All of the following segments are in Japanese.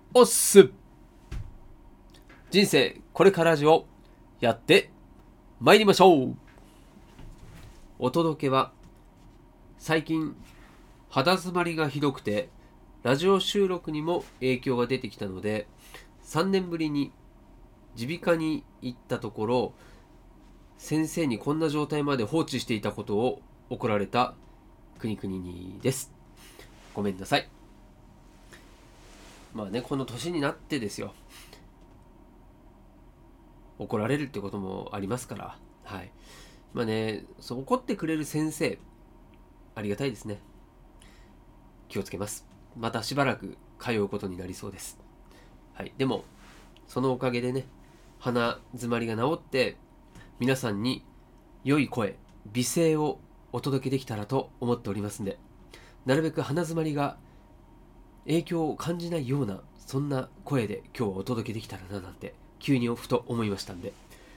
おっす。人生これからラジオやって参りましょう。お届けは最近肌詰まりがひどくてラジオ収録にも影響が出てきたので、3年ぶりに耳鼻科に行ったところ、先生にこんな状態まで放置していたことを怒られたくにくににです。ごめんなさい。まあね、この年になってですよ、怒られるってこともありますから、はい。まあね、そう怒ってくれる先生、ありがたいですね。気をつけます。またしばらく通うことになりそうです。はい。でも、そのおかげでね、鼻詰まりが治って、皆さんに良い声、美声をお届けできたらと思っておりますんで、なるべく鼻詰まりが影響を感じないような、そんな声で今日はお届けできたらななんて、急にふと思いましたんで。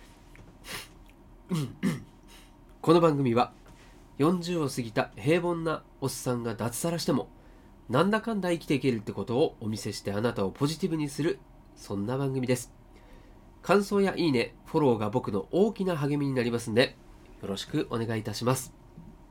この番組は、40を過ぎた平凡なおっさんが脱サラしても、なんだかんだ生きていけるってことをお見せしてあなたをポジティブにする、そんな番組です。感想やいいね、フォローが僕の大きな励みになりますんで、よろしくお願いいたします。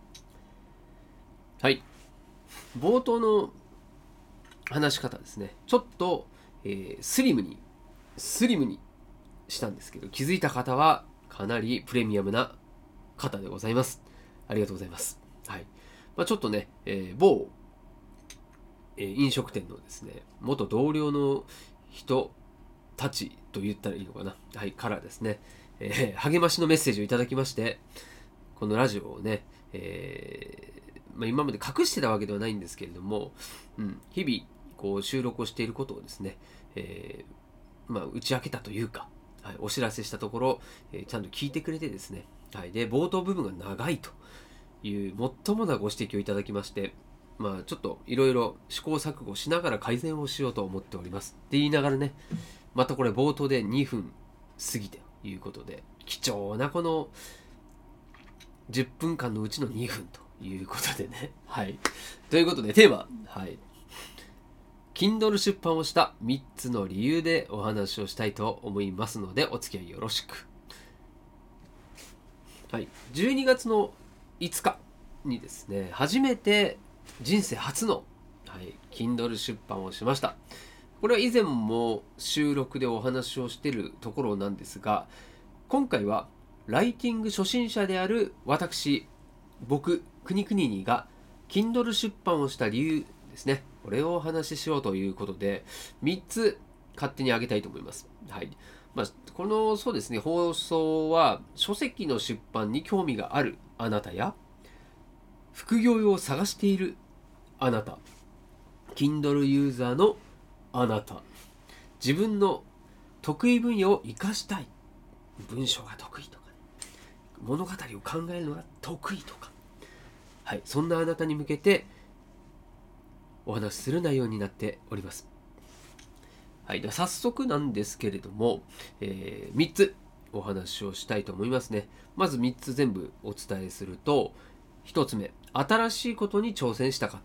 はい。冒頭の話し方ですね。ちょっと、スリムにしたんですけど、気づいた方はかなりプレミアムな方でございます。ありがとうございます。はい。ちょっとね、某、飲食店のですね、元同僚の人たちと言ったらいいのかな。はい、からですね、励ましのメッセージをいただきまして、このラジオをね、今まで隠してたわけではないんですけれども、日々こう収録をしていることをですね、打ち明けたというか、はい、お知らせしたところ、ちゃんと聞いてくれてですね、はい、で冒頭部分が長いというもっともなご指摘をいただきまして、ちょっといろいろ試行錯誤しながら改善をしようと思っておりますって言いながらね、またこれ冒頭で2分過ぎてということで、貴重なこの10分間のうちの2分ということでね。はい。ということでテーマ、はい。Kindle 出版をした3つの理由でお話をしたいと思いますので、お付き合いよろしく。はい。12月の5日にですね、初めて人生初の、はい、Kindle 出版をしました。これは以前も収録でお話をしているところなんですが、今回はライティング初心者である僕、くにくににが Kindle 出版をした理由ですね。これをお話ししようということで、3つ勝手に挙げたいと思います。はい。この、そうですね、放送は書籍の出版に興味があるあなたや、副業を探しているあなた、Kindle ユーザーのあなた、自分の得意分野を活かしたい、文章が得意とか、ね、物語を考えるのが得意とか、はい、そんなあなたに向けてお話しする内容になっております。はい、では早速なんですけれども、3つお話をしたいと思いますね。まず3つ全部お伝えすると、1つ目、新しいことに挑戦したかった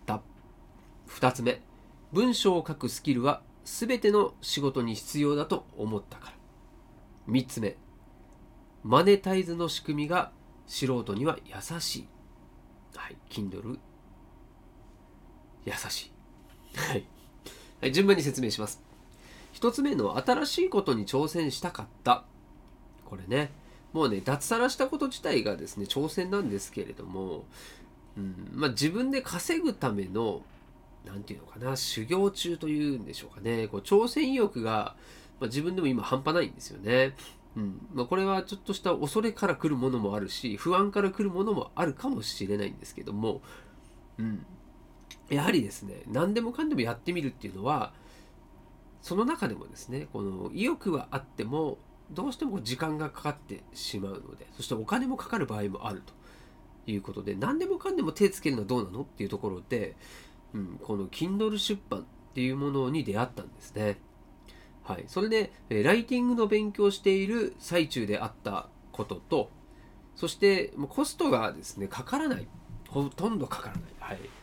。2つ目、文章を書くスキルは全ての仕事に必要だと思ったから。3つ目、マネタイズの仕組みが素人には優しい。はい、Kindle 優しい。はい、はい、順番に説明します。一つ目の新しいことに挑戦したかった。これね、もうね、脱サラしたこと自体がですね、挑戦なんですけれども、自分で稼ぐための、なんていうのかな、修行中というんでしょうかね、こう挑戦意欲が、自分でも今半端ないんですよね。これはちょっとした恐れから来るものもあるし、不安から来るものもあるかもしれないんですけども、やはりですね、何でもかんでもやってみるっていうのは、その中でもですね、この意欲はあっても、どうしても時間がかかってしまうので、そしてお金もかかる場合もあるということで、何でもかんでも手つけるのはどうなのっていうところで、この Kindle 出版っていうものに出会ったんですね。はい、それでライティングの勉強をしている最中であったことと、そしてコストがですねかからない、ほとんどかからない、はい、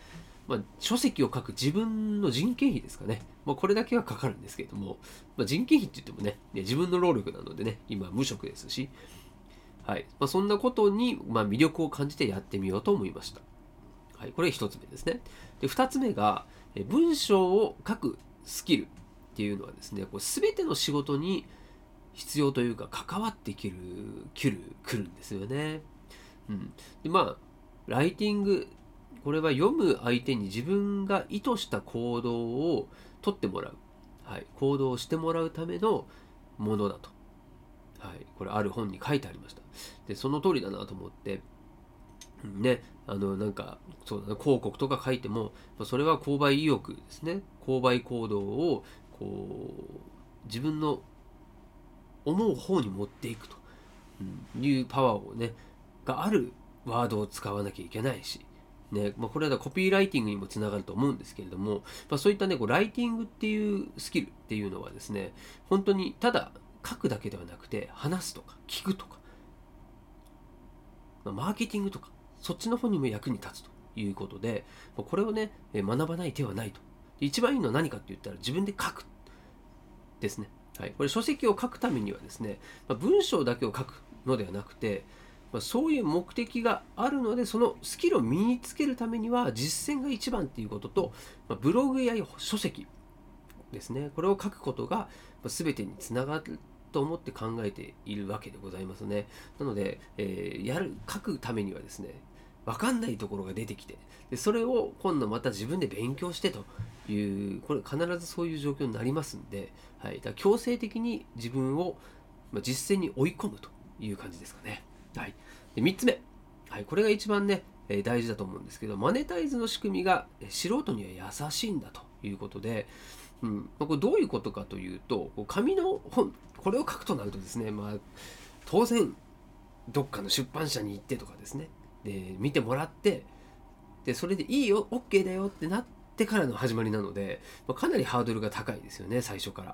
書籍を書く自分の人件費ですかね。これだけはかかるんですけれども、人件費って言ってもね、自分の労力なのでね、今無職ですし、はい。そんなことに、魅力を感じてやってみようと思いました。はい。これ1つ目ですね。で、2つ目が、文章を書くスキルっていうのはですね、全ての仕事に必要というか、関わってくるんですよね。で、ライティング、これは読む相手に自分が意図した行動を取ってもらう、はい、行動をしてもらうためのものだと、はい、これある本に書いてありました。で、その通りだなと思って、ね、なんかそうだな、広告とか書いても、それは購買意欲ですね、購買行動を自分の思う方に持っていくというパワーをねがあるワードを使わなきゃいけないし、ねこれはコピーライティングにもつながると思うんですけれども、そういったねライティングっていうスキルっていうのはですね、本当にただ書くだけではなくて、話すとか聞くとか、マーケティングとかそっちの方にも役に立つということで、これをね学ばない手はないと。一番いいのは何かって言ったら自分で書くですね。はい、これ書籍を書くためにはですね、文章だけを書くのではなくて、そういう目的があるので、そのスキルを身につけるためには実践が一番っていうことと、ブログや書籍ですね、これを書くことが全てにつながると思って考えているわけでございますね。なので、書くためにはですね、分かんないところが出てきて、でそれを今度また自分で勉強してという、これ必ずそういう状況になりますんで、はい、だから強制的に自分を実践に追い込むという感じですかね。はい、で3つ目、はい、これが一番ね大事だと思うんですけど、マネタイズの仕組みが素人には優しいんだということで、これどういうことかというと、紙の本、これを書くとなるとですね、当然どっかの出版社に行ってとかですね、で見てもらって、でそれでいいよ OK だよってなってからの始まりなので、かなりハードルが高いですよね、最初から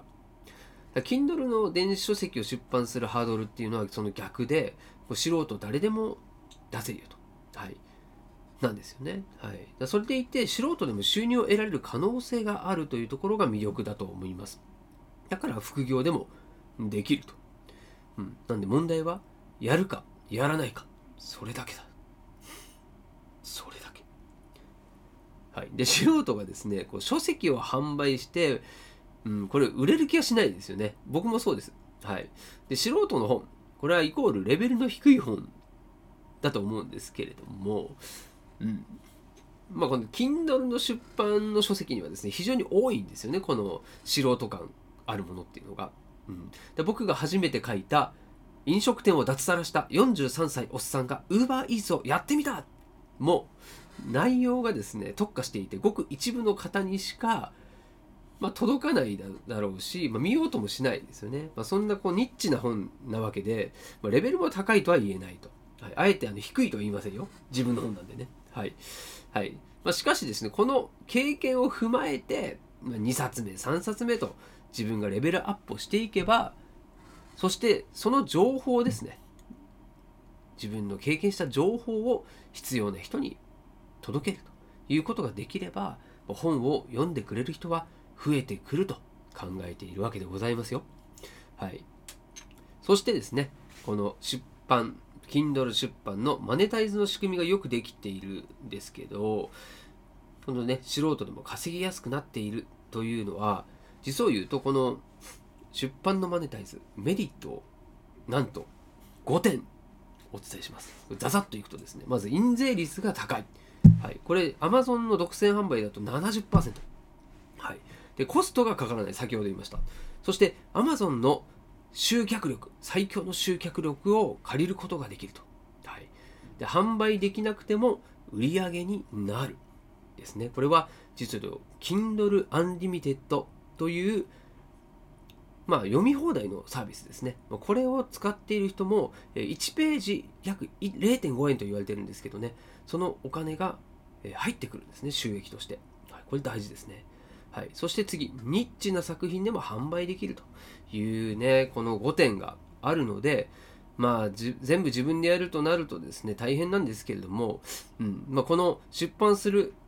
。Kindle の電子書籍を出版するハードルっていうのはその逆で、素人誰でも出せるよと、はい、なんですよね。はい、それでいて素人でも収入を得られる可能性があるというところが魅力だと思います。だから副業でもできると。なんで問題はやるかやらないか、それだけだ。それだけ。はい、で素人がですね書籍を販売して、これ売れる気がしないですよね。僕もそうです。はい、で素人の本、これはイコールレベルの低い本だと思うんですけれども、この Kindle の出版の書籍にはですね非常に多いんですよね、この素人感あるものっていうのが。で僕が初めて書いた飲食店を脱サラした43歳おっさんが UberEats をやってみたも内容がですね特化していて、ごく一部の方にしか届かないだろうし、見ようともしないですよね。そんなニッチな本なわけで、レベルも高いとは言えないと。はい、あえて低いとは言いませんよ。自分の本なんでね。はい。はい。しかしですね、この経験を踏まえて、2冊目、3冊目と自分がレベルアップをしていけば、そしてその情報ですね。自分の経験した情報を必要な人に届けるということができれば、本を読んでくれる人は増えてくると考えているわけでございますよ。はい。そしてですね、この出版、Kindle 出版のマネタイズの仕組みがよくできているんですけど、このね、素人でも稼ぎやすくなっているというのは、実を言うと、この出版のマネタイズ、メリットをなんと5点お伝えします。ざざっといくとですね、まず印税率が高い。はい、これ Amazon の独占販売だと 70%。はい、でコストがかからない、先ほど言いました。そして Amazon の集客力、最強の集客力を借りることができると。はい、で販売できなくても売り上げになるですね。これは実は Kindle Unlimited という読み放題のサービスですね。これを使っている人も1ページ約 0.5 円と言われてるんですけどね、そのお金が入ってくるんですね、収益として。はい、これ大事ですね。はい、そして次、ニッチな作品でも販売できるというね、この5点があるので、全部自分でやるとなるとですね、大変なんですけれども、この出版する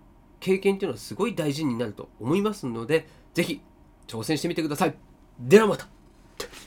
経験っていうのはすごい大事になると思いますので、ぜひ挑戦してみてください。ではまた。